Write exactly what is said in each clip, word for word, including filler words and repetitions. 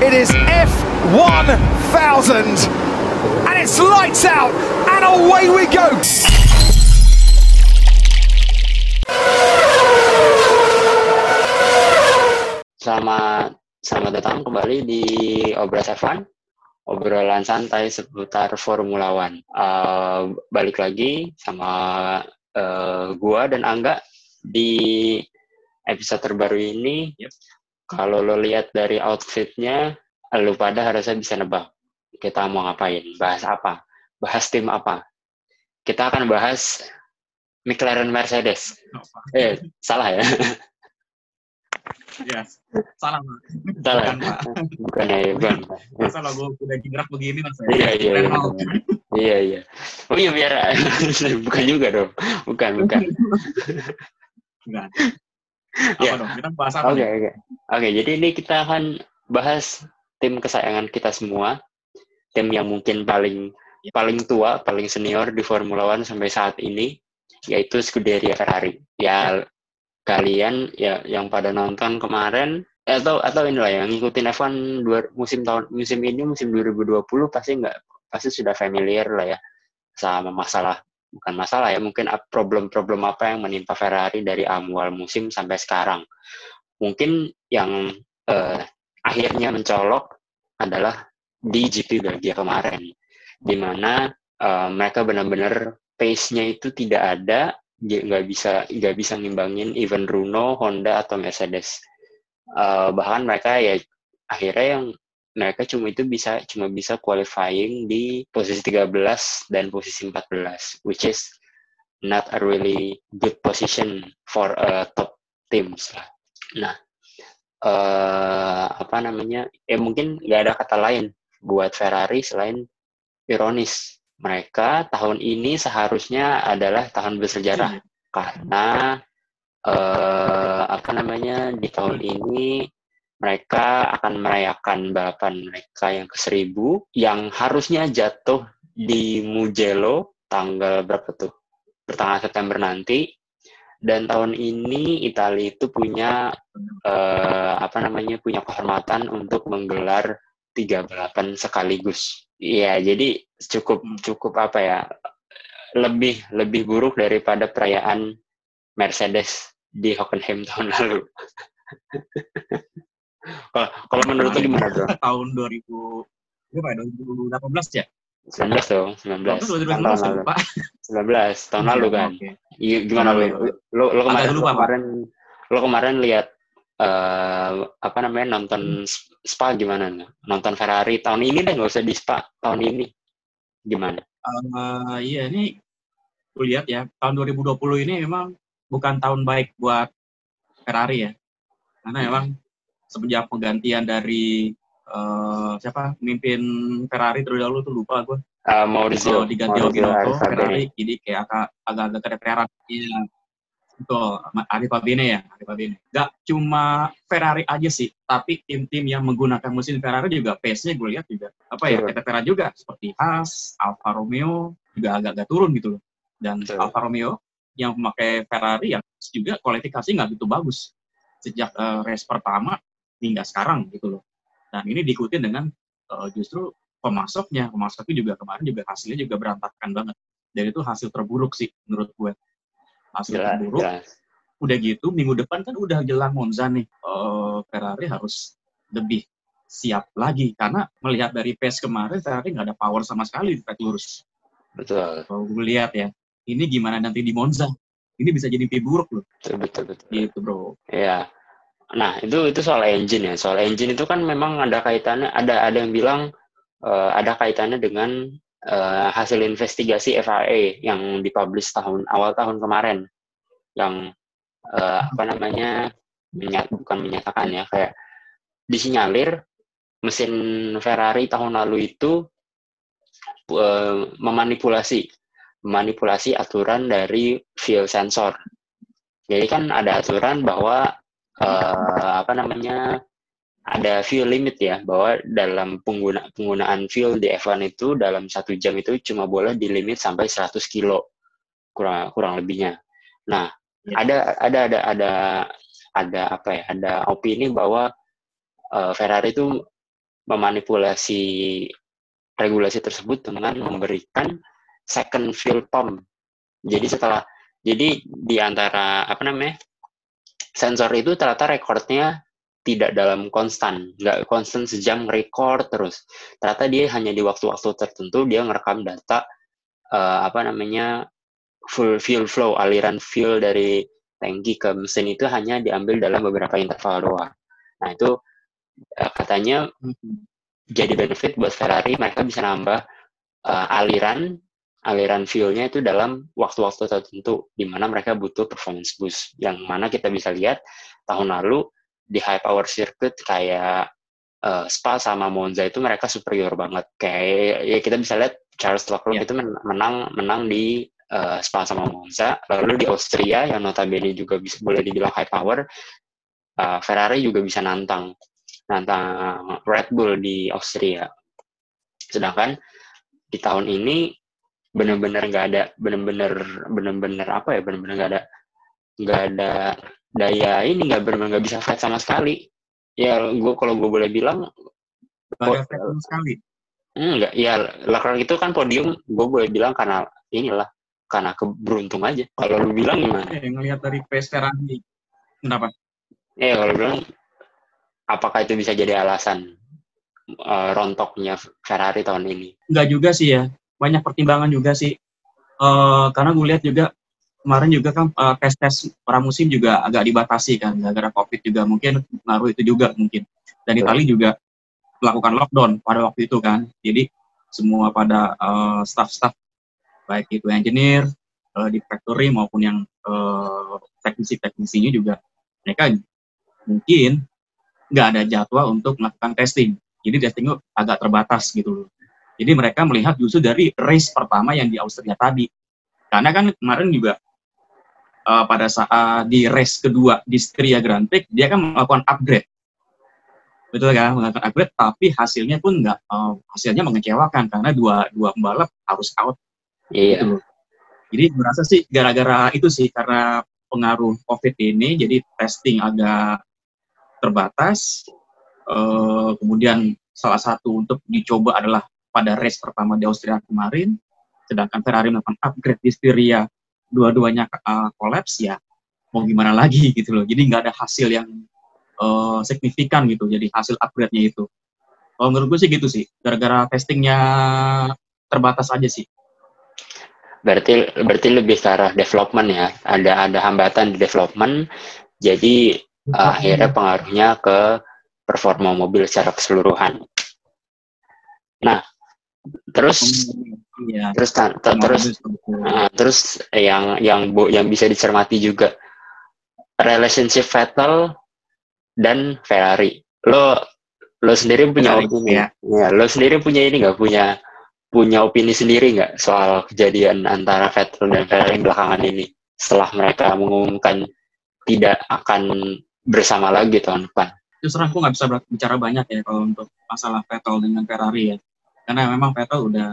It is F one thousand, and it's lights out, and away we go. Selamat, selamat datang kembali di Obras F satu, obrolan santai seputar Formula One. Uh, balik lagi sama uh, gua dan Angga di episode terbaru ini. Yep. Kalau lo lihat dari outfitnya, lo pada harusnya bisa nebak kita mau ngapain, bahas apa, bahas tim apa. Kita akan bahas McLaren Mercedes. Eh, salah ya? Yes, salah Pak. Salah. Bukan Pak. Bukan ya, bukan. Masa lo gue udah gerak begini mas? Iya iya iya. Iya iya. Oh iya biar bukan juga dong. Bukan bukan. Bukan. Apa Ya. dong? Kita bahas apa? Oke nih? oke. Oke, jadi ini kita akan bahas tim kesayangan kita semua. Tim yang mungkin paling paling tua, paling senior di Formula One sampai saat ini, yaitu Scuderia Ferrari. Ya kalian ya yang pada nonton kemarin atau atau inilah yang ngikutin F satu dua, musim tahun musim ini musim dua ribu dua puluh pasti nggak pasti sudah familiar lah ya sama masalah bukan masalah ya mungkin problem-problem apa yang menimpa Ferrari dari awal musim sampai sekarang. Mungkin yang eh, akhirnya mencolok adalah di G P Belgia kemarin, di mana eh, mereka benar-benar pace-nya itu tidak ada, nggak bisa nggak bisa ngimbangin even Renault, Honda atau Mercedes. Uh, bahkan mereka ya akhirnya yang mereka cuma itu bisa cuma bisa qualifying di posisi tiga belas dan posisi empat belas, which is not a really good position for a top teams lah. Nah, uh, apa namanya? Ya mungkin nggak ada kata lain buat Ferrari selain ironis. Mereka tahun ini seharusnya adalah tahun bersejarah karena eh, apa namanya di tahun ini mereka akan merayakan balapan mereka yang ke seribu yang harusnya jatuh di Mugello tanggal berapa tuh? Pertengahan September nanti. Dan tahun ini Italia itu punya eh, apa namanya punya kehormatan untuk menggelar tiga balapan sekaligus. Iya, jadi cukup cukup apa ya? Lebih lebih buruk daripada perayaan Mercedes di Hockenheim tahun lalu. Kalau kalau menurut lu gimana, Bro? Tahun dua ribu berapa ya? dua ribu delapan belas ya? sembilan belas dong, sembilan belas. dua ribu sembilan belas tahun lalu. Pak. sembilan belas tahun lalu kan. Okay. Gimana lu? Lu lu kemarin lu kemarin lu kemarin lihat uh, apa namanya nonton Spa gimana? Nonton Ferrari tahun ini deh, nggak usah di Spa tahun ini. Gimana? Uh, iya ini lu lihat ya, tahun dua ribu dua puluh ini memang bukan tahun baik buat Ferrari ya. Karena memang semenjak penggantian dari uh, siapa pemimpin Ferrari terlebih dahulu tuh lupa gue. Uh, Maurizio, uh, diganti Binotto, Ferrari jadi kayak agak-agak keteteran. Iya. Betul, Ari Fabine ya, Ari Fabine. Gak cuma Ferrari aja sih, tapi tim-tim yang menggunakan mesin Ferrari juga pace-nya gue lihat juga apa ya, keteteran juga seperti Haas, Alfa Romeo juga agak-agak turun gitu loh. Dan Betul. Alfa Romeo yang memakai Ferrari yang juga kualifikasi nggak begitu bagus sejak uh, race pertama hingga sekarang gitu loh. Dan ini diikuti dengan uh, justru pemasoknya, pemasoknya juga kemarin juga hasilnya juga berantakan banget. Dan itu hasil terburuk sih menurut gue. Hasil jelas, terburuk. Jelas. Udah gitu minggu depan kan udah jelang Monza nih. Uh, Ferrari harus lebih siap lagi karena melihat dari pace kemarin Ferrari nggak ada power sama sekali di track lurus. Betul. Kalau gue lihat ya, ini gimana nanti di Monza? Ini bisa jadi mimpi buruk loh. Betul betul betul. Gitu bro. Iya. Nah itu itu soal engine ya. Soal engine itu kan memang ada kaitannya. Ada ada yang bilang uh, ada kaitannya dengan uh, hasil investigasi F I A yang dipublish tahun awal tahun kemarin, yang uh, apa namanya menyat, bukan menyatakan ya kayak disinyalir mesin Ferrari tahun lalu itu uh, memanipulasi memanipulasi aturan dari fuel sensor. Jadi kan ada aturan bahwa uh, apa namanya ada fuel limit ya, bahwa dalam pengguna, penggunaan fuel di F satu itu dalam satu jam itu cuma boleh di limit sampai seratus kilo kurang kurang lebihnya. Nah, ya. ada ada ada ada ada apa ya? Ada opini bahwa uh, Ferrari itu memanipulasi regulasi tersebut dengan memberikan second fuel pump. Jadi setelah jadi di antara apa namanya sensor itu ternyata rekornya tidak dalam konstan, nggak konstan sejam record terus. Ternyata dia hanya di waktu-waktu tertentu dia ngerekam data uh, apa namanya full fuel flow, aliran fuel dari tangki ke mesin itu hanya diambil dalam beberapa interval doang. Nah itu uh, katanya jadi benefit buat Ferrari, mereka bisa nambah uh, aliran aliran fuelnya itu dalam waktu-waktu tertentu di mana mereka butuh performance boost, yang mana kita bisa lihat tahun lalu di high power circuit kayak uh, Spa sama Monza itu mereka superior banget. Kayak ya kita bisa lihat Charles Leclerc yeah. itu menang menang di uh, Spa sama Monza. Lalu di Austria yang notabene juga bisa boleh dibilang high power, uh, Ferrari juga bisa nantang nantang Red Bull di Austria. Sedangkan di tahun ini benar-benar nggak ada benar-benar benar-benar apa ya benar-benar nggak ada nggak ada daya ini nggak benar-benar nggak bisa fight sama sekali. Ya gue kalau gue boleh bilang nggak fight sama sekali. Enggak, ya Leclerc itu kan podium gue boleh bilang karena inilah karena keberuntung aja. Kalau lu bilang gimana? Eh, ngelihat dari pace Ferrari, kenapa? Ya kalau bilang apakah itu bisa jadi alasan uh, rontoknya Ferrari tahun ini? Enggak juga sih ya. Banyak pertimbangan juga sih, uh, karena gue lihat juga kemarin juga kan uh, tes-tes pramusim juga agak dibatasi kan, gara-gara COVID juga mungkin ngaruh itu juga mungkin. Dan Italia juga melakukan lockdown pada waktu itu kan, jadi semua pada uh, staff-staff baik itu engineer uh, di factory maupun yang uh, teknisi-teknisinya juga mereka mungkin nggak ada jadwal untuk melakukan testing, jadi testingnya agak terbatas gitu loh. Jadi mereka melihat justru dari race pertama yang di Austria tadi. Karena kan kemarin juga uh, pada saat di race kedua di Styria Grand Prix, dia kan melakukan upgrade. Betul kan? Melakukan upgrade, tapi hasilnya pun nggak, uh, hasilnya mengecewakan karena dua, dua pembalap harus out. Iya. Gitu. Jadi merasa sih gara-gara itu sih, karena pengaruh COVID ini, jadi testing agak terbatas. Uh, kemudian salah satu untuk dicoba adalah pada race pertama di Austria kemarin, sedangkan Ferrari melakukan upgrade di Styria, dua-duanya uh, kolaps, ya mau gimana lagi gitu loh. Jadi nggak ada hasil yang uh, signifikan gitu, jadi hasil upgrade-nya itu. Kalau menurut gue sih gitu sih, gara-gara testingnya terbatas aja sih. Berarti berarti lebih ke arah development ya, ada ada hambatan di development, jadi uh, akhirnya pengaruhnya ke performa mobil secara keseluruhan. Nah, terus ya, terus ta, ta, terus uh, terus yang yang yang bisa dicermati juga relationship Vettel dan Ferrari. Lo lo sendiri punya Ferrari, opini ya. ya lo sendiri punya ini nggak punya punya opini sendiri nggak soal kejadian antara Vettel dan Ferrari belakangan ini setelah mereka mengumumkan tidak akan bersama lagi tahun depan? Terus terang aku nggak bisa bicara banyak ya kalau untuk masalah Vettel dengan Ferrari ya. Karena memang Vettel udah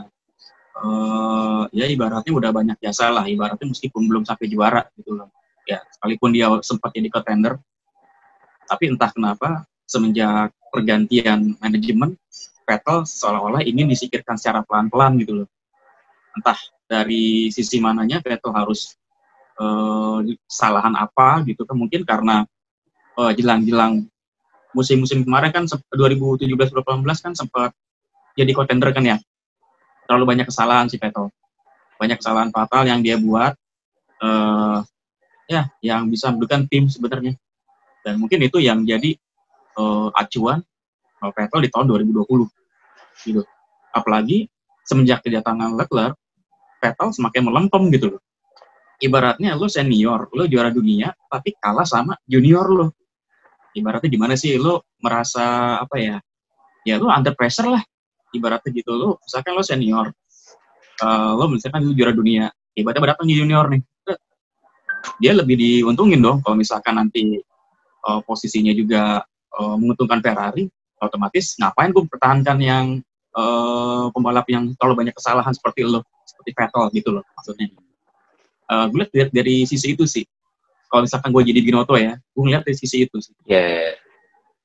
uh, ya ibaratnya udah banyak jasa lah, ibaratnya meskipun belum sampai juara gitu loh. Ya, sekalipun dia sempat jadi contender, tapi entah kenapa semenjak pergantian manajemen, Vettel seolah-olah ingin disingkirkan secara pelan-pelan gitu loh. Entah dari sisi mananya Vettel harus uh, kesalahan apa gitu kan, mungkin karena uh, jelang-jelang musim-musim kemarin kan dua ribu tujuh belas dua ribu delapan belas kan sempat jadi contender kan ya, terlalu banyak kesalahan si Vettel, banyak kesalahan fatal yang dia buat, uh, ya yang bisa menentukan tim sebenarnya, dan mungkin itu yang jadi uh, acuan uh, Vettel di tahun dua ribu dua puluh, gitu. Apalagi semenjak kedatangan Leclerc, Vettel semakin melempem gitu loh. Ibaratnya lo senior, lo juara dunia, tapi kalah sama junior lo. Ibaratnya gimana sih, lo merasa apa ya? Ya lo under pressure lah. Ibaratnya gitu, lo misalkan lo senior, uh, lo misalkan lo juara dunia, ibaratnya datang junior nih, dia lebih diuntungin dong kalau misalkan nanti uh, posisinya juga uh, menguntungkan Ferrari, otomatis ngapain gue pertahankan yang uh, pembalap yang terlalu banyak kesalahan seperti lo, seperti Vettel gitu loh maksudnya. Uh, gue lihat dari sisi itu sih, kalau misalkan gue jadi Binotto ya, gue ngeliat dari sisi itu sih. Ya, yeah.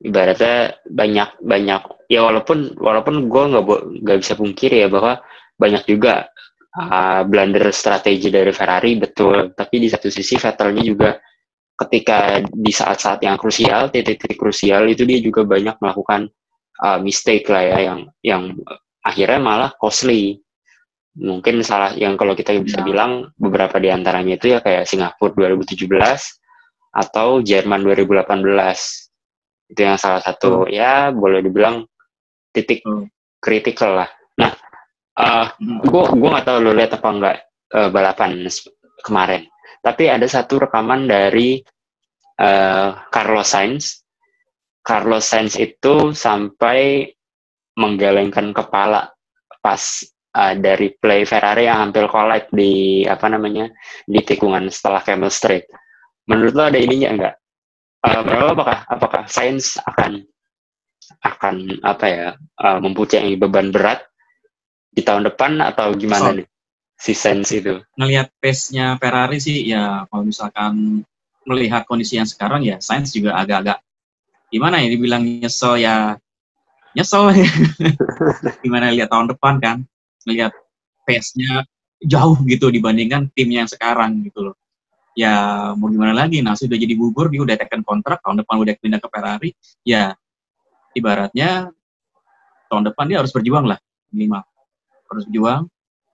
ibaratnya banyak banyak ya walaupun walaupun gue nggak nggak bisa pungkiri ya bahwa banyak juga uh, blunder strategi dari Ferrari, betul, tapi di satu sisi Vettelnya juga ketika di saat-saat yang krusial, titik-titik krusial itu dia juga banyak melakukan uh, mistake lah ya, yang yang akhirnya malah costly. Mungkin salah yang kalau kita bisa ya. bilang beberapa di antaranya itu ya kayak Singapura dua ribu tujuh belas atau Jerman dua ribu delapan belas. Itu yang salah satu, hmm. ya boleh dibilang titik hmm. kritikal lah. Nah, uh, gue gue nggak tahu lo lihat apa enggak uh, balapan kemarin. Tapi ada satu rekaman dari uh, Carlos Sainz. Carlos Sainz itu sampai menggelengkan kepala pas uh, dari play Ferrari yang hampir collide di apa namanya di tikungan setelah Camel Straight. Menurut lo ada ininya enggak? Uh, apakah apakah Sainz akan akan apa ya uh, mempunyai beban berat di tahun depan atau gimana so, nih si Sainz itu? Ngelihat pace-nya Ferrari sih ya, kalau misalkan melihat kondisi yang sekarang ya Sainz juga agak-agak gimana ya, dibilang nyesel ya nyesel ya. Gimana lihat tahun depan kan, melihat pace-nya jauh gitu dibandingkan timnya yang sekarang gitu loh. Ya mau gimana lagi, nah sudah jadi bubur, dia udah tekan kontrak, tahun depan udah pindah ke Ferrari, ya ibaratnya tahun depan dia harus berjuang lah, minimal harus berjuang.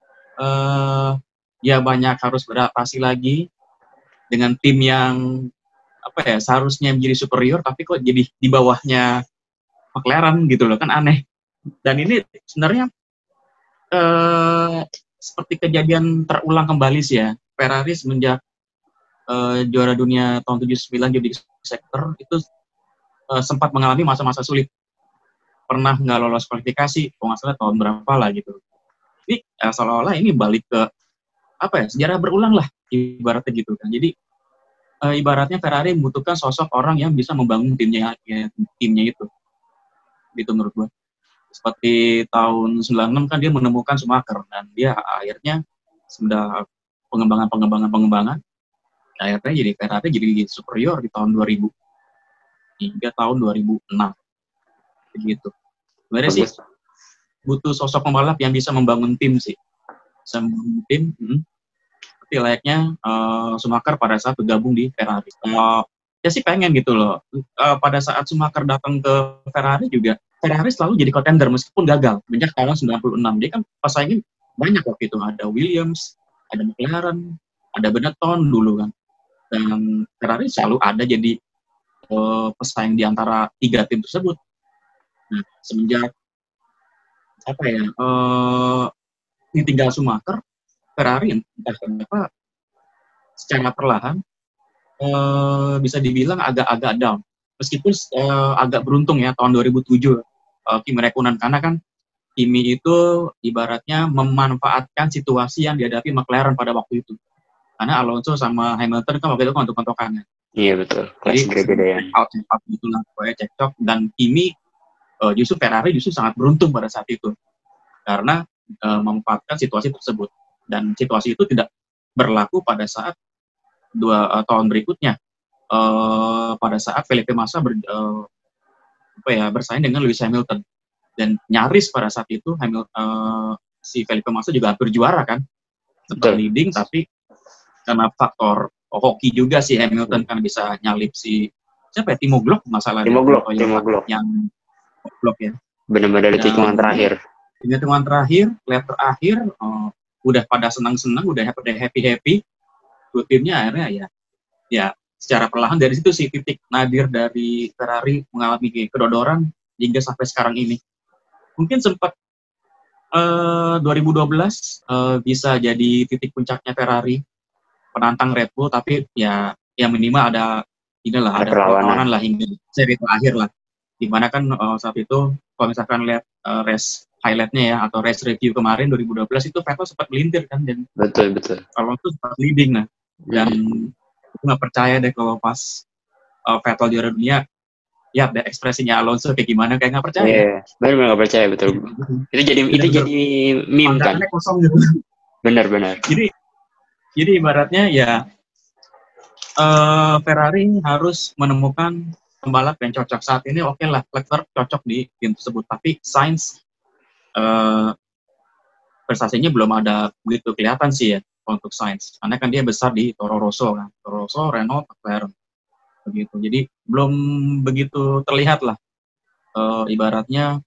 Uh, ya banyak harus beradaptasi lagi dengan tim yang apa ya seharusnya menjadi superior, tapi kok jadi di bawahnya McLaren gitu loh, kan aneh. Dan ini sebenarnya uh, seperti kejadian terulang kembali sih ya, Ferrari semenjak Uh, juara dunia tahun tujuh puluh sembilan jadi sektor itu uh, sempat mengalami masa-masa sulit, pernah nggak lolos kualifikasi, kalau nggak salah tahun berapa lah gitu. Ini uh, seolah-olah ini balik ke apa ya, sejarah berulang lah ibaratnya gitu kan. Jadi uh, ibaratnya Ferrari membutuhkan sosok orang yang bisa membangun timnya ya, timnya itu gitu menurut gua. Seperti tahun sembilan puluh enam kan dia menemukan Schumacher dan dia akhirnya sudah pengembangan-pengembangan pengembangan akhirnya jadi Ferrari jadi superior di tahun dua ribu hingga tahun dua ribu enam begitu. Sebenarnya sih butuh sosok pembalap yang bisa membangun tim sih, bisa membangun tim. Hmm. Tapi layaknya uh, Schumacher pada saat bergabung di Ferrari. Uh, ya sih pengen gitu loh. Uh, pada saat Schumacher datang ke Ferrari juga, Ferrari selalu jadi contender meskipun gagal. Sejak tahun sembilan puluh enam dia kan pesaingin banyak waktu itu, ada Williams, ada McLaren, ada Benetton dulu kan. Dan Ferrari selalu ada jadi uh, pesaing di antara tiga tim tersebut. Nah, semenjak apa ya, uh, ini tinggal Schumacher, Ferrari entah kenapa secara perlahan uh, bisa dibilang agak-agak down. Meskipun uh, agak beruntung ya tahun dua ribu tujuh uh, Kimi Räikkönen, karena kan Kimi itu ibaratnya memanfaatkan situasi yang dihadapi McLaren pada waktu itu. Karena Alonso sama Hamilton kan waktu itu kan untuk kontokannya. Iya betul. Kelas beda-beda. Out out itulah pokoknya cekcok, dan Kimi uh, justru Ferrari justru sangat beruntung pada saat itu karena uh, memanfaatkan situasi tersebut, dan situasi itu tidak berlaku pada saat dua uh, tahun berikutnya uh, pada saat Felipe Massa ber, uh, apa ya bersaing dengan Lewis Hamilton, dan nyaris pada saat itu Hamilton uh, si Felipe Massa juga hampir juara kan, sempat leading tapi karena faktor hoki juga si Hamilton kan bisa nyalip si siapa ya, Timo Glock masalah Timo Glock, Timo Glock yang Glock ya. Benar-benar di tikungan terakhir. Di tikungan terakhir, lap terakhir, uh, udah pada senang-senang, udah happy-happy, dua timnya akhirnya ya, ya secara perlahan dari situ sih titik nadir dari Ferrari mengalami kedodoran hingga sampai sekarang ini. Mungkin sempat uh, dua ribu dua belas uh, bisa jadi titik puncaknya Ferrari, penantang Red Bull, tapi ya yang minimal ada inilah ada perlawanan lah hingga seri terakhir lah, dimana kan uh, saat itu kalau misalkan lihat uh, race highlightnya ya atau race review kemarin dua ribu dua belas itu Vettel sempat melintir kan, dan betul betul kalau itu sempat leading nah, dan aku nggak percaya deh kalau pas uh, Vettel juara dunia ya deh ekspresinya Alonso kayak gimana, kayak nggak percaya. Iya, yeah, benar nggak percaya betul. itu jadi itu bener, jadi meme kan. Kosong gitu. Benar-benar. Jadi Jadi ibaratnya ya uh, Ferrari harus menemukan pembalap yang cocok saat ini, oke okay lah, Leclerc cocok di tim tersebut. Tapi Sainz uh, prestasinya belum ada begitu kelihatan sih ya untuk Sainz. Karena kan dia besar di Toro Rosso kan, Toro Rosso, Renault, McLaren begitu. Jadi belum begitu terlihat lah uh, ibaratnya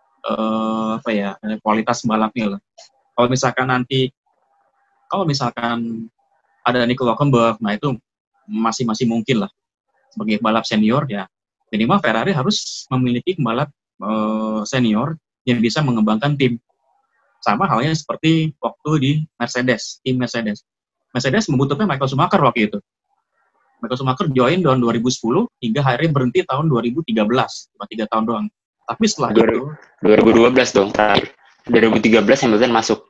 uh, apa ya kualitas balapnya lah. Kalau misalkan nanti kalau misalkan ada Nico Hülkenberg, nah itu masih masih mungkin lah sebagai balap senior ya. Minimal Ferrari harus memiliki pembalap uh, senior yang bisa mengembangkan tim. Sama halnya seperti waktu di Mercedes, tim Mercedes. Mercedes membutuhkan Michael Schumacher waktu itu. Michael Schumacher join tahun dua ribu sepuluh hingga akhirnya berhenti tahun dua ribu tiga belas, cuma tiga tahun doang. Tapi setelah itu dua ribu dua belas dong terakhir. dua ribu tiga belas Hamilton masuk.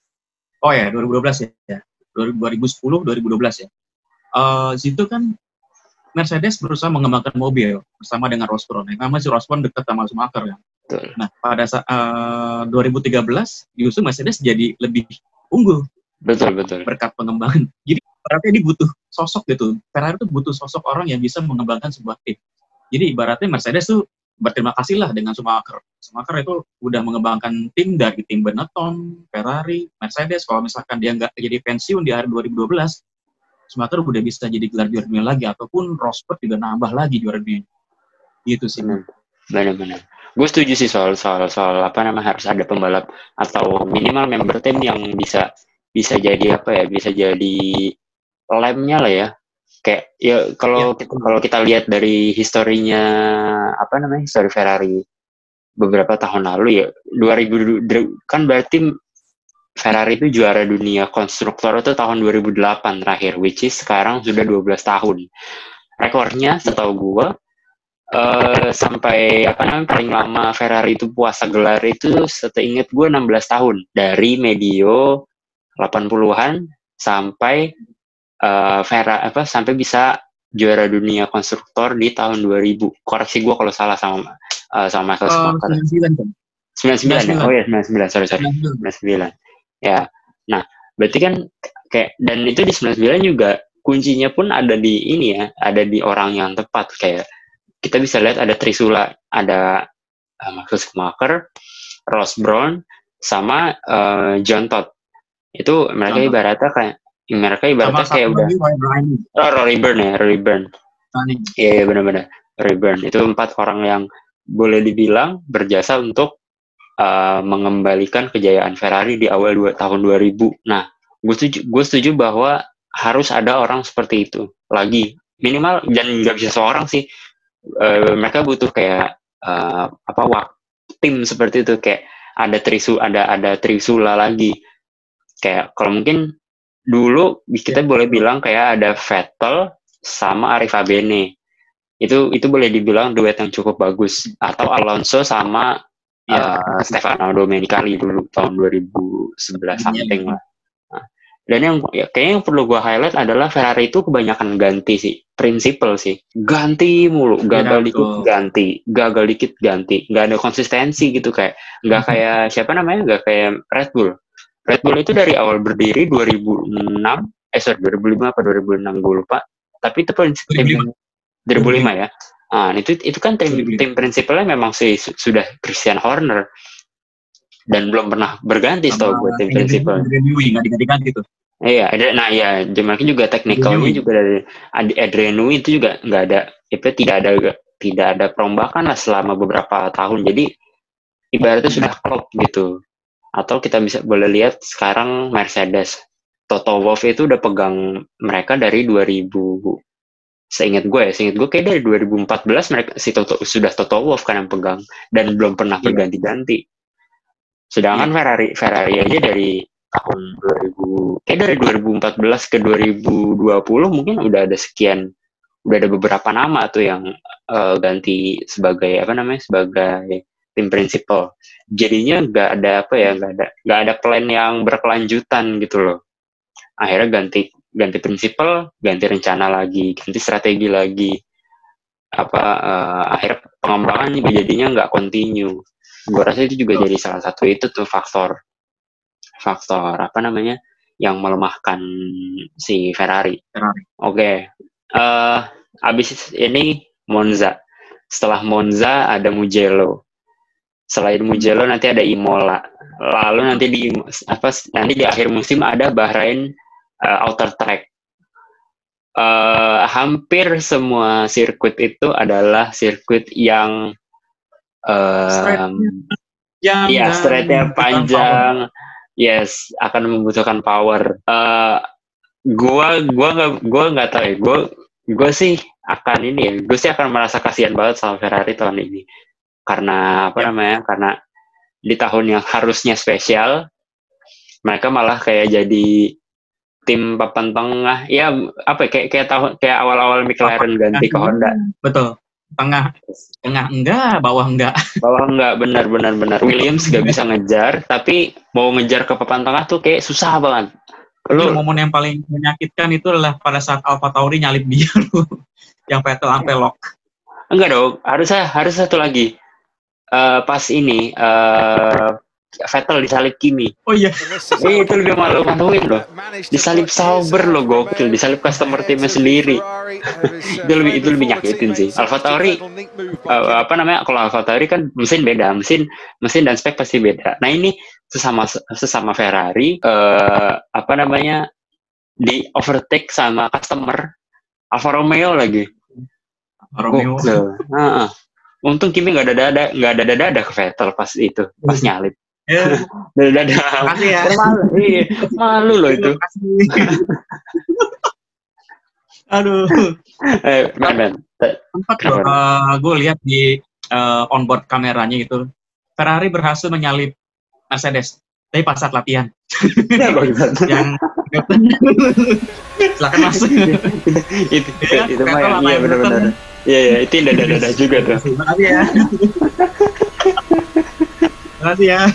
Oh ya, dua ribu dua belas ya. dua ribu sepuluh, dua ribu dua belas ya. Uh, situ kan Mercedes berusaha mengembangkan mobil bersama dengan Ross Brown. Yang namanya si Ross Brown dekat sama Schumacher kan. Betul. Nah, pada saat uh, dua ribu tiga belas justru Mercedes jadi lebih unggul. Betul, betul. Berkat pengembangan. Jadi berarti dia butuh sosok gitu. Ferrari itu butuh sosok orang yang bisa mengembangkan sebuah tim. Jadi ibaratnya Mercedes tuh berterima kasih lah dengan Schumacher. Schumacher itu udah mengembangkan tim dari tim Benetton, Ferrari, Mercedes. Kalau misalkan dia nggak jadi pensiun di akhir dua ribu dua belas, Schumacher udah bisa jadi gelar juara dunia lagi, ataupun Rosberg juga nambah lagi juara dunia. Gitu sih. Benar-benar. Gue setuju sih soal soal soal apa namanya harus ada pembalap atau minimal member tim yang bisa bisa jadi apa ya bisa jadi lemnya lah ya. Kayak ya kalau ya. kita, kalau kita lihat dari historinya apa namanya histori Ferrari beberapa tahun lalu ya dua ribu kan berarti Ferrari itu juara dunia konstruktor itu tahun dua ribu delapan terakhir, which is sekarang sudah dua belas tahun. Rekornya setahu gue uh, sampai apa namanya paling lama Ferrari itu puasa gelar itu seingat gue enam belas tahun dari medio delapan puluhan sampai uh, Ferrari apa sampai bisa juara dunia konstruktor di tahun dua ribu. Koreksi gue kalau salah sama uh, sama Michael Schumacher. sembilan puluh sembilan kan? sembilan puluh sembilan ya? Oh ya sembilan puluh sembilan, sorry sorry. sembilan puluh sembilan. Ya. Nah, berarti kan kayak dan itu di sembilan puluh sembilan juga kuncinya pun ada di ini ya, ada di orang yang tepat. Kayak kita bisa lihat ada Trisula, ada uh, Michael Schumacher, Ross Brown sama uh, John Todt. Itu mereka John ibaratnya kayak mereka ibaratnya kayak udah oh, Rory Byrne ya, Rory Byrne. Iya, yeah, benar-benar. Rory Byrne. Itu empat orang yang boleh dibilang berjasa untuk uh, mengembalikan kejayaan Ferrari di awal dua, tahun dua ribu. Nah, gue setuju, gue setuju bahwa harus ada orang seperti itu lagi. Minimal, dan nggak bisa seorang sih. Uh, mereka butuh kayak uh, apa wak, tim seperti itu, kayak ada Trisu, ada ada Trisula lagi. Kayak kalau mungkin dulu kita ya, boleh bilang kayak ada Vettel sama Arif Abene. Itu itu boleh dibilang duet yang cukup bagus. Atau Alonso sama ya, uh, Stefano Domenicali dulu tahun dua ribu sebelas ya, something lah. Nah, dan yang ya, kayaknya yang perlu gue highlight adalah Ferrari itu kebanyakan ganti sih, prinsipal sih, ganti mulu, gagal ya, dikit ganti, gagal dikit ganti, nggak ada konsistensi gitu kayak, nggak kayak siapa namanya, nggak kayak Red Bull. Red Bull itu dari awal berdiri dua ribu enam, eh sorry dua ribu lima apa dua ribu enam gue lupa, tapi itu prinsip dua ribu lima ya. Nah, itu itu kan tim, tim prinsipalnya memang sih sudah Christian Horner dan belum pernah berganti setahu gue tim prinsipal. Nggak diganti-ganti tuh. Iya, nah ya, Jemarki juga teknikalnya juga dari Adrian Newey itu juga nggak ada, itu tidak ada tidak ada perombakan lah selama beberapa tahun. Jadi ibaratnya sudah klop gitu. Atau kita bisa boleh lihat sekarang Mercedes, Toto Wolff itu udah pegang mereka dari dua ribu. Seingat gue ya, seingat gue kayak dari dua ribu empat belas mereka si Toto sudah Toto Wolff kan yang pegang dan belum pernah yeah. berganti-ganti. Sedangkan yeah. Ferrari Ferrari aja dari tahun dua ribu kayak dari dua ribu empat belas ke dua ribu dua puluh mungkin udah ada sekian, udah ada beberapa nama tuh yang uh, ganti sebagai apa namanya sebagai tim prinsipal. Jadinya nggak ada apa ya nggak ada nggak ada plan yang berkelanjutan gitu loh. Akhirnya ganti ganti prinsipal, ganti rencana lagi, ganti strategi lagi. Apa uh, akhirnya pengembangan juga jadinya nggak continue. Gue rasa itu juga jadi salah satu itu tuh faktor faktor apa namanya yang melemahkan si Ferrari. Ferrari. Oke, okay. uh, abis ini Monza. Setelah Monza ada Mugello. Selain Mugello nanti ada Imola. Lalu nanti di apa nanti di akhir musim ada Bahrain uh, outer track. Uh, hampir semua sirkuit itu adalah sirkuit yang um, yang ya straightnya panjang, yes, akan membutuhkan power. Uh, gua gua nggak gua nggak tahu ya. Gua gua sih akan ini ya. Gue sih akan merasa kasihan banget sama Ferrari tahun ini. Karena apa ya. namanya? Karena di tahun yang harusnya spesial, mereka malah kayak jadi tim papan tengah. Ya apa? Kayak kayak tahun kayak awal-awal McLaren ganti ke Honda. Betul. Tengah, tengah enggak, bawah enggak. Bawah enggak, benar benar benar. Williams gak bisa ngejar, tapi mau ngejar ke papan tengah tuh kayak susah banget. Lu momen yang paling menyakitkan itu adalah pada saat AlphaTauri nyalip dia lu, yang Vettel sampai lock. Enggak dong, harusnya harus satu lagi. Uh, pas ini uh, Vettel disalip Kimi. Oh iya. Eh, itu lebih malu-maluin loh. Disalip Sauber loh, gokil. Disalip customer timnya sendiri. itu lebih itu lebih nyakitin sih. AlphaTauri uh, apa namanya? Kalau AlphaTauri kan mesin beda, mesin mesin dan spek pasti beda. Nah ini sesama sesama Ferrari uh, apa namanya? Di overtake sama customer Alfa Romeo lagi. Alfa Romeo. Nah, untung Kimi nggak ada dada nggak ada dada ke Vettel pas itu pas nyalip. Ya. Dada. Makasih ya. Malu, iya. Malu loh itu. Aduh. Eh, man, Tempat loh. Uh, gue lihat di uh, onboard kameranya itu, Ferrari berhasil menyalip Mercedes. Tapi pas saat latihan. Ya, yang silakan masuk. itu itu, itu mah ya, iya benar-benar. Iya ya, itu dada-dada juga tuh. Makasih ya. Makasih ya.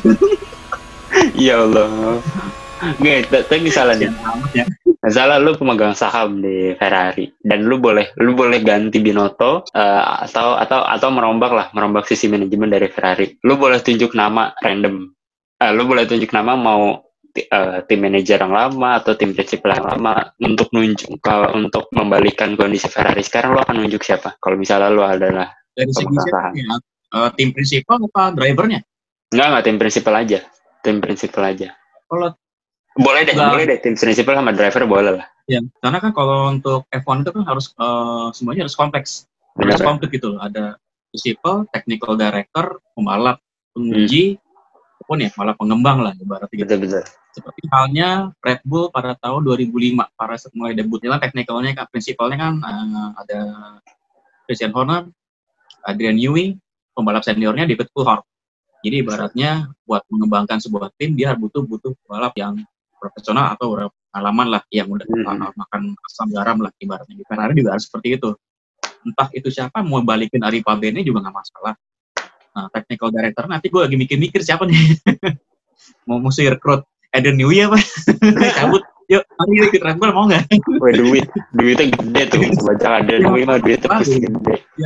Ya Allah. Nggak, tapi misalnya nih. Misalnya lu pemegang saham di Ferrari dan lu boleh lu boleh ganti Binotto uh, atau atau atau merombak lah, merombak sisi manajemen dari Ferrari. Lu boleh tunjuk nama random. Uh, lu boleh tunjuk nama mau uh, tim manajer yang lama atau tim prinsipal yang lama untuk nunjuk kalau untuk membalikan kondisi Ferrari sekarang. Lu akan nunjuk siapa? Kalau misalnya lu adalah dari segi siapa ya? Uh, tim prinsipal apa drivernya? Enggak, enggak, tim prinsipal aja. Tim prinsipal aja. Kalau boleh deh, enggak. boleh deh tim prinsipal sama driver boleh lah. Ya, karena kan kalau untuk F satu itu kan harus uh, semuanya harus kompleks. Harus komplit gitu loh. Ada prinsipal, technical director, pembalap, penguji, hmm. pun ya malah pengembang lah ibaratnya gitu. Betul-betul. Seperti halnya Red Bull pada tahun dua ribu lima pada saat mulai debutnya kan technicalnya kan prinsipalnya kan uh, ada Christian Horner, Adrian Newey, pembalap seniornya David Coulthard. Jadi ibaratnya buat mengembangkan sebuah tim dia butuh butuh pembalap yang profesional atau pengalaman lah yang udah hmm. makan asam garam lah ibaratnya. Di Ferrari juga harus seperti itu. Entah itu siapa mau balikin Ari Pabene juga nggak masalah. Nah, technical director nanti gue lagi mikir-mikir siapa nih mau mesti rekrut Adrian Newey apa? Cabut, yuk mari ikut Red Bull mau nggak? Wah duit, duitnya gede tuh. Baca Adrian Newey mah duitnya pasti gede. Ya.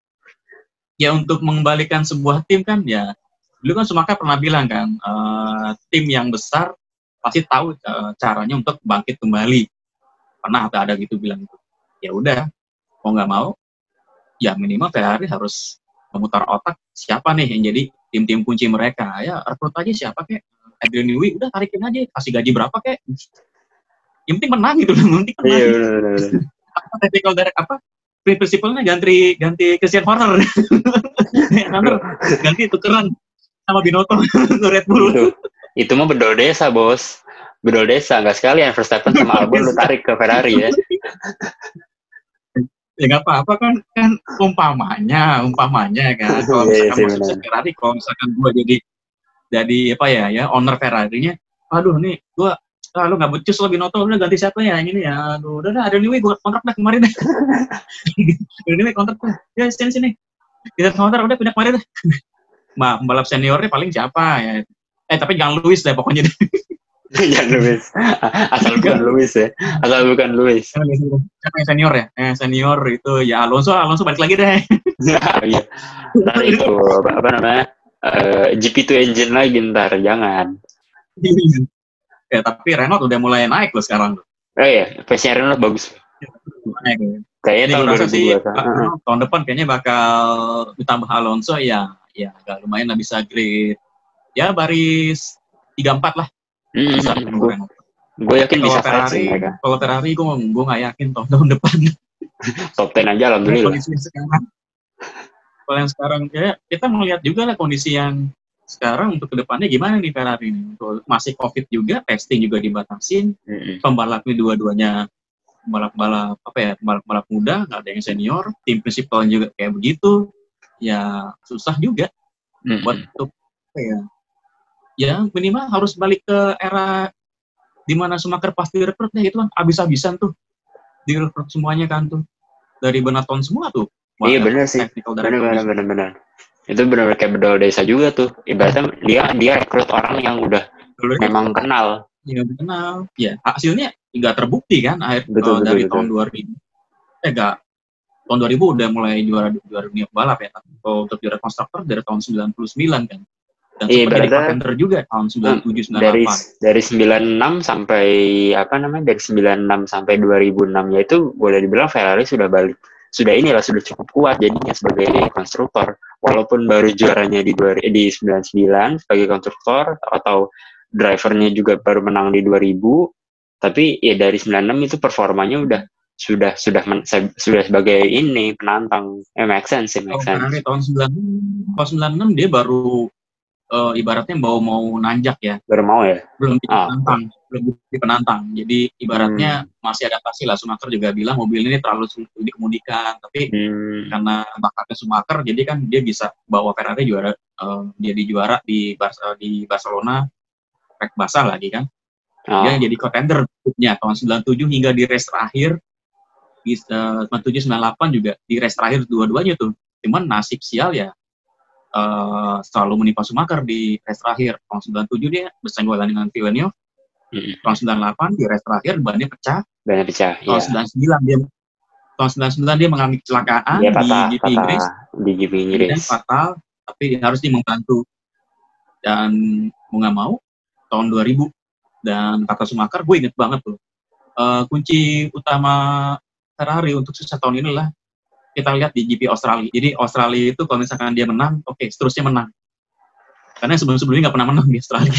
ya untuk mengembalikan sebuah tim kan ya. Dulu kan Schumacher pernah bilang kan, uh, tim yang besar pasti tahu uh, caranya untuk bangkit kembali. Pernah ada gitu bilang itu. Ya udah, mau nggak mau, ya minimal Ferrari harus memutar otak siapa nih yang jadi tim-tim kunci mereka. Ya rekrut aja siapa kek, Adrian Newey, udah tarikin aja, kasih gaji berapa kek. Yang penting menang gitu, yang penting menang. Iya benar-benar. Apa technical direct apa? Prinsipalnya ganti ganti Christian Horner. Horner ganti tukeran sama Binotto ke Red Bull. Itu, itu mah bedol desa, Bos. Bedol desa, nggak sekalian Verstappen sama Albon lu tarik ke Ferrari ya. Ya nggak apa-apa kan, kan umpamanya, umpamanya kan. Kalau misalkan yeah, masuk ke Ferrari, kalau misalkan gue jadi jadi apa ya, ya owner Ferrari-nya, aduh nih, gue ah, lu nggak becus lo Binotto, udah ganti siapa ya yang ini ya, aduh, udah dah, ada Newey gue kontrak dah kemarin dah. Ada Newey kontrak dah, ya sini sini, kita kontrak udah pindah kemarin dah. Bah, pembalap seniornya paling siapa ya? Eh tapi jangan Lewis deh pokoknya. Jangan Lewis, asal bukan Lewis ya, asal bukan Lewis. Siapa yang senior ya? Eh senior itu ya Alonso, Alonso balik lagi deh. Iya. Ntar itu apa, apa namanya uh, G P dua engine lagi ntar, jangan. Ya tapi Renault udah mulai naik loh sekarang. Oh iya, pace-nya Renault bagus. Kayaknya tahun dua ribu dua puluh satu. Sih, tahun depan kayaknya bakal ditambah Alonso ya, ya agak lumayan lah bisa grade ya baris tiga empat lah. Hmm, gue yakin kalau bisa Ferrari, sih mereka. Kalau Ferrari gue gue nggak yakin tahun tahun depan. Top sepuluh aja alhamdulillah. Kondisi sekarang, kalau yang sekarang ya kita melihat juga lah kondisi yang sekarang untuk kedepannya gimana nih Ferrari ini. Masih COVID juga, testing juga dibatasin, mm-hmm. pembalapnya dua-duanya pembalap-pembalap apa ya, pembalap-pembalap muda, nggak ada yang senior, tim prinsipalnya juga kayak begitu, ya susah juga mm-hmm. buat untuk apa ya, ya minimal harus balik ke era di mana Schumacher pasti rekrut ya itu kan abis-abisan tuh direkrut semuanya kan tuh dari Benetton semua tuh. Wah, iya benar sih, benar-benar benar-benar. Itu benar kayak bedol desa juga tuh. Ibaratnya dia dia rekrut orang yang udah Lalu memang itu, kenal. Iya kenal. Ya hasilnya nggak terbukti kan akhir betul, uh, dari betul, tahun betul. dua ribu. Eh nggak tahun dua ribu udah mulai juara juara dunia pembalap ya. Kalau untuk juara konstruktor dari tahun sembilan puluh sembilan kan. Dan iya, sempat jadi contender juga tahun sembilan puluh tujuh sembilan puluh delapan. Dari dari sembilan puluh enam sampai apa namanya? Dari sembilan puluh enam sampai dua ribu enam ya itu boleh dibilang Ferrari sudah balik. Sudah inilah sudah cukup kuat jadinya sebagai konstruktor. Walaupun baru juaranya di di sembilan puluh sembilan sebagai konstruktor atau drivernya juga baru menang di dua ribu, tapi ya dari sembilan puluh enam itu performanya udah sudah sudah men, sudah sebagai ini penantang. Eh make sense sih, make sense. Oh, tahun sembilan puluh enam dia baru uh, ibaratnya mau mau nanjak ya. Baru mau ya? Belum penantang, ah. belum di penantang. Jadi ibaratnya hmm. masih adaptasi lah. Schumacher juga bilang mobil ini terlalu sulit dikemudikan, tapi hmm. karena bakatnya Schumacher, jadi kan dia bisa bawa Ferrari juara, uh, dia di juara di Bar- di Barcelona, track basah lagi kan. Oh. Dia jadi contender nya tahun sembilan puluh tujuh hingga di race terakhir di uh, sembilan puluh tujuh sembilan puluh delapan juga di race terakhir dua-duanya tuh. Cuman nasib sial ya. Uh, selalu menimpa Schumacher di race terakhir. Tahun sembilan puluh tujuh dia bersenggolan dengan Villeneuve. Hmm. Tahun sembilan puluh delapan di race terakhir bannya pecah. Bannya pecah. Tahun sembilan puluh sembilan dia tahun sembilan puluh sembilan dia mengalami kecelakaan ya, patah, di G P Inggris. Di G P Inggris. Dan fatal, tapi harus dia membantu. Dan mau nggak mau tahun dua ribu dan kata Schumacher, gue inget banget tuh. Uh, kunci utama Ferrari untuk sukses tahun ini lah kita lihat di G P Australia. Jadi Australia itu kalau misalkan dia menang, oke, okay, seterusnya menang. Karena sebelum-sebelumnya nggak pernah menang di Australia.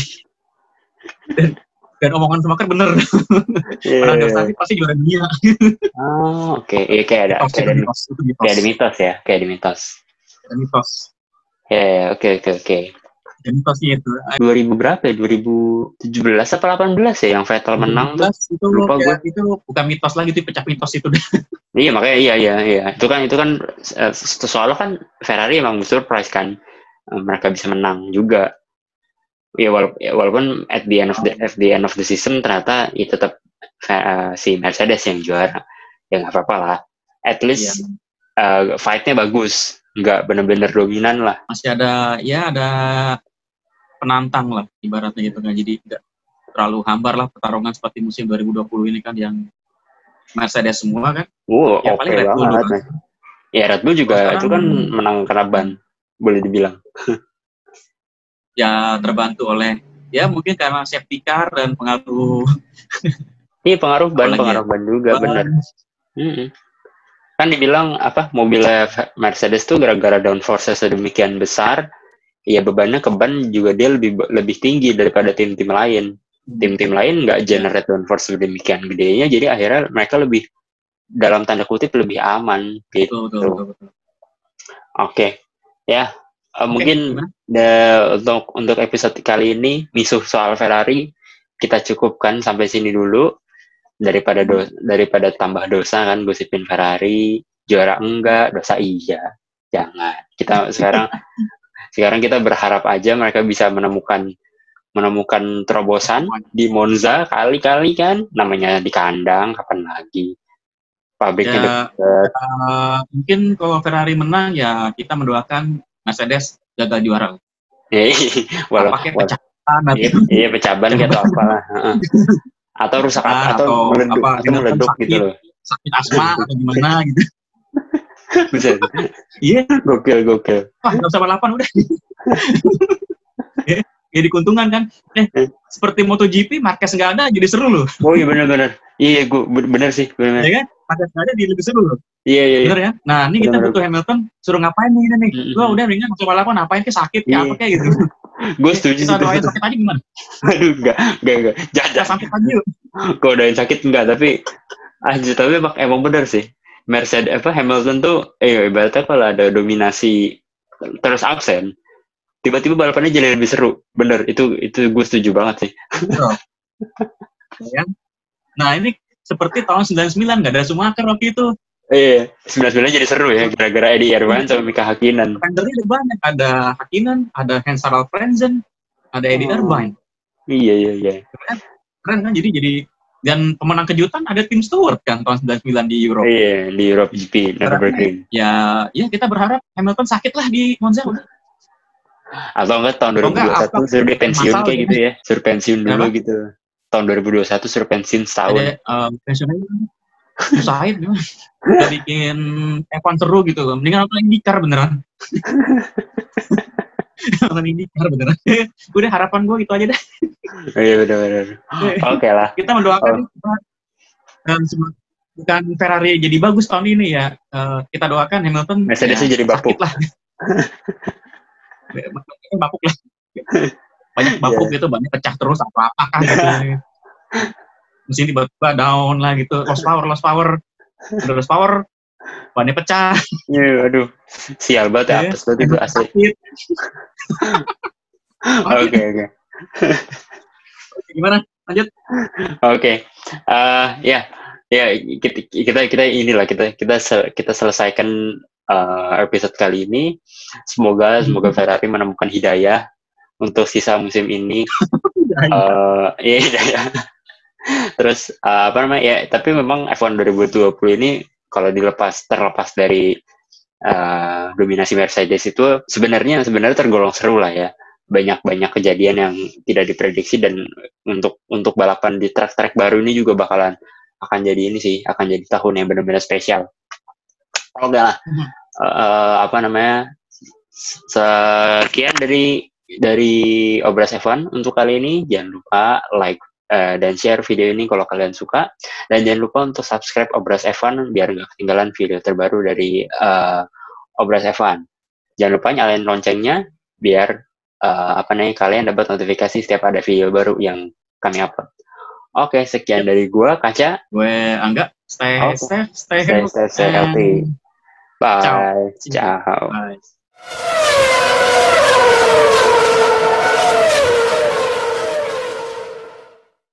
dan, dan omongan Schumacher bener. Yeah. Menang di Australia pasti juara dunia. Oh, oke. Okay. Iya, kayak ada, kayak ada, mitos, mitos. kayak ada mitos ya, kayak ada mitos. Ada mitos. Ya, yeah, oke, okay, oke, okay, oke. Okay. Ada mitosnya itu. dua ribu berapa ya? dua ribu tujuh belas atau delapan belas ya yang Vettel menang tuh? Itu lupa ya, gue. Itu bukan mitos lagi, itu pecah mitos itu deh. Iya makanya iya iya iya itu kan itu kan uh, soalnya kan Ferrari emang surprise kan uh, mereka bisa menang juga ya, wala- ya walaupun at the end of the at the end of the season ternyata ya tetap uh, si Mercedes yang juara ya nggak apa-apa lah at least yeah. uh, fight-nya bagus nggak benar-benar dominan lah masih ada ya ada penantang lah ibaratnya gitu kan jadi nggak terlalu hambar lah pertarungan seperti musim dua ribu dua puluh ini kan yang Mercedes semua kan. Wow, ya, oke okay banget. Kan. Ya Red Bull juga itu kan menang karena ban, boleh dibilang. Ya terbantu oleh, ya mungkin karena safety car dan pengaruh. Iya pengaruh ban, pengaruh ban juga ban. Benar. Mm-hmm. Kan dibilang apa mobilnya Mercedes tuh gara-gara downforce sedemikian besar, ya bebannya ke ban juga dia lebih lebih tinggi daripada tim-tim lain. Tim-tim lain nggak generate downforce sedemikian gedenya, jadi akhirnya mereka lebih dalam tanda kutip lebih aman gitu. Betul, betul, betul. Oke, ya uh, okay, mungkin de, untuk untuk episode kali ini misuh soal Ferrari kita cukupkan sampai sini dulu daripada do, daripada tambah dosa kan gosipin Ferrari juara enggak dosa iya jangan kita sekarang sekarang kita berharap aja mereka bisa menemukan menemukan terobosan di Monza kali-kali kan namanya di kandang kapan lagi pabriknya ya, dekat uh, mungkin kalau Ferrari menang ya kita mendoakan Mercedes gagal juara walau pakai pecahan iya, iya pecah ban atau apalah atau rusak nah, atau, atau meleduk apa, atau meleduk sakit, gitu loh sakit asma atau gimana gitu bisa iya gokil gokil wah nggak usah balapan udah jadi keuntungan kan eh seperti MotoGP Marquez nggak ada jadi seru loh oh iya benar-benar iya gue benar sih benar ya kan pada saatnya di lebih seru loh. Iya, iya, iya. Bener ya? Nah, ini kita Bener, butuh Hamilton, suruh ngapain nih, nih? Mm-mm. Gua udah mendingan masuk balapan, ngapain ke sakit, kayak Iya. apa kayak gitu. Gue setuju Kita sih. doain sakit aja gimana? Aduh, enggak, enggak, enggak. Jangan, Kita sakit aja yuk. Kalau doain sakit enggak, tapi aja tapi emang, emang bener sih. Mercedes apa Hamilton tuh, eh ibaratnya kalau ada dominasi terus absen, tiba-tiba balapannya jadi lebih seru. Bener, itu itu gue setuju banget sih. Ya. Nah ini seperti tahun sembilan puluh sembilan nggak ada Schumacher waktu itu. Iya, sembilan puluh sembilan jadi seru ya, gara-gara Eddie Irvine sama Mika Hakkinen. Contender-nya ada banyak, ada Hakkinen, ada Hans-Harald Frentzen, ada Eddie Oh. Irvine. Iya, iya, iya. Keren, keren kan? Jadi jadi dan pemenang kejutan ada Tim Stewart kan tahun sembilan puluh sembilan di Euro. Iya, di Europe G P, Nürburgring. Ya, ya kita berharap Hamilton sakit lah di Monza udah. Atau enggak tahun dua ribu dua puluh satu suruh dia pensiun Masalah kayak gitu ya, suruh pensiun dulu Kenapa? gitu. Tahun dua ribu dua puluh satu suruh pensiun setahun. Ada um, pensiunnya usahain gimana? Udah bikin F satu seru gitu loh. Mendingan nonton IndyCar beneran. Nonton IndyCar beneran. Udah harapan gue gitu aja deh. Iya, benar-benar. Oke lah. Kita mendoakan Oh. um, bukan Ferrari jadi bagus tahun ini ya. Uh, kita doakan Hamilton Mercedes-nya jadi bapuk. sakit lah. Bapuk lah. Banyak bapuk gitu, banyak pecah terus apa apakah gitu. Mesin tiba-tiba down lah gitu, lost power, lost power, udah lost power, bannya pecah. Iya, aduh, sial banget ya, apes banget itu asli. Oke, oke. Gimana? Lanjut. Oke, uh, ya, ya kita kita kita inilah kita kita kita selesaikan uh, episode kali ini. Semoga semoga Ferrari menemukan hidayah untuk sisa musim ini. uh, iya, hidayah. Terus uh, apa namanya ya? Tapi memang F satu dua ribu dua puluh ini kalau dilepas terlepas dari uh, dominasi Mercedes itu sebenarnya sebenarnya tergolong seru lah ya. Banyak-banyak kejadian yang tidak diprediksi dan untuk untuk balapan di track-track baru ini juga bakalan akan jadi ini sih, akan jadi tahun yang benar-benar spesial. Oke lah, uh, apa namanya? Sekian dari dari Obras F satu untuk kali ini. Jangan lupa like uh, dan share video ini kalau kalian suka, dan jangan lupa untuk subscribe Obras F satu biar nggak ketinggalan video terbaru dari uh, Obras F satu. Jangan lupa nyalain loncengnya biar Uh, apa nih kalian dapat notifikasi setiap ada video baru yang kami upload. Oke, sekian dari gua, Kaca. Gue Angga. Stay Okay. safe, stay, Stay safe, stay healthy. Bye. Ciao. Ciao. Bye.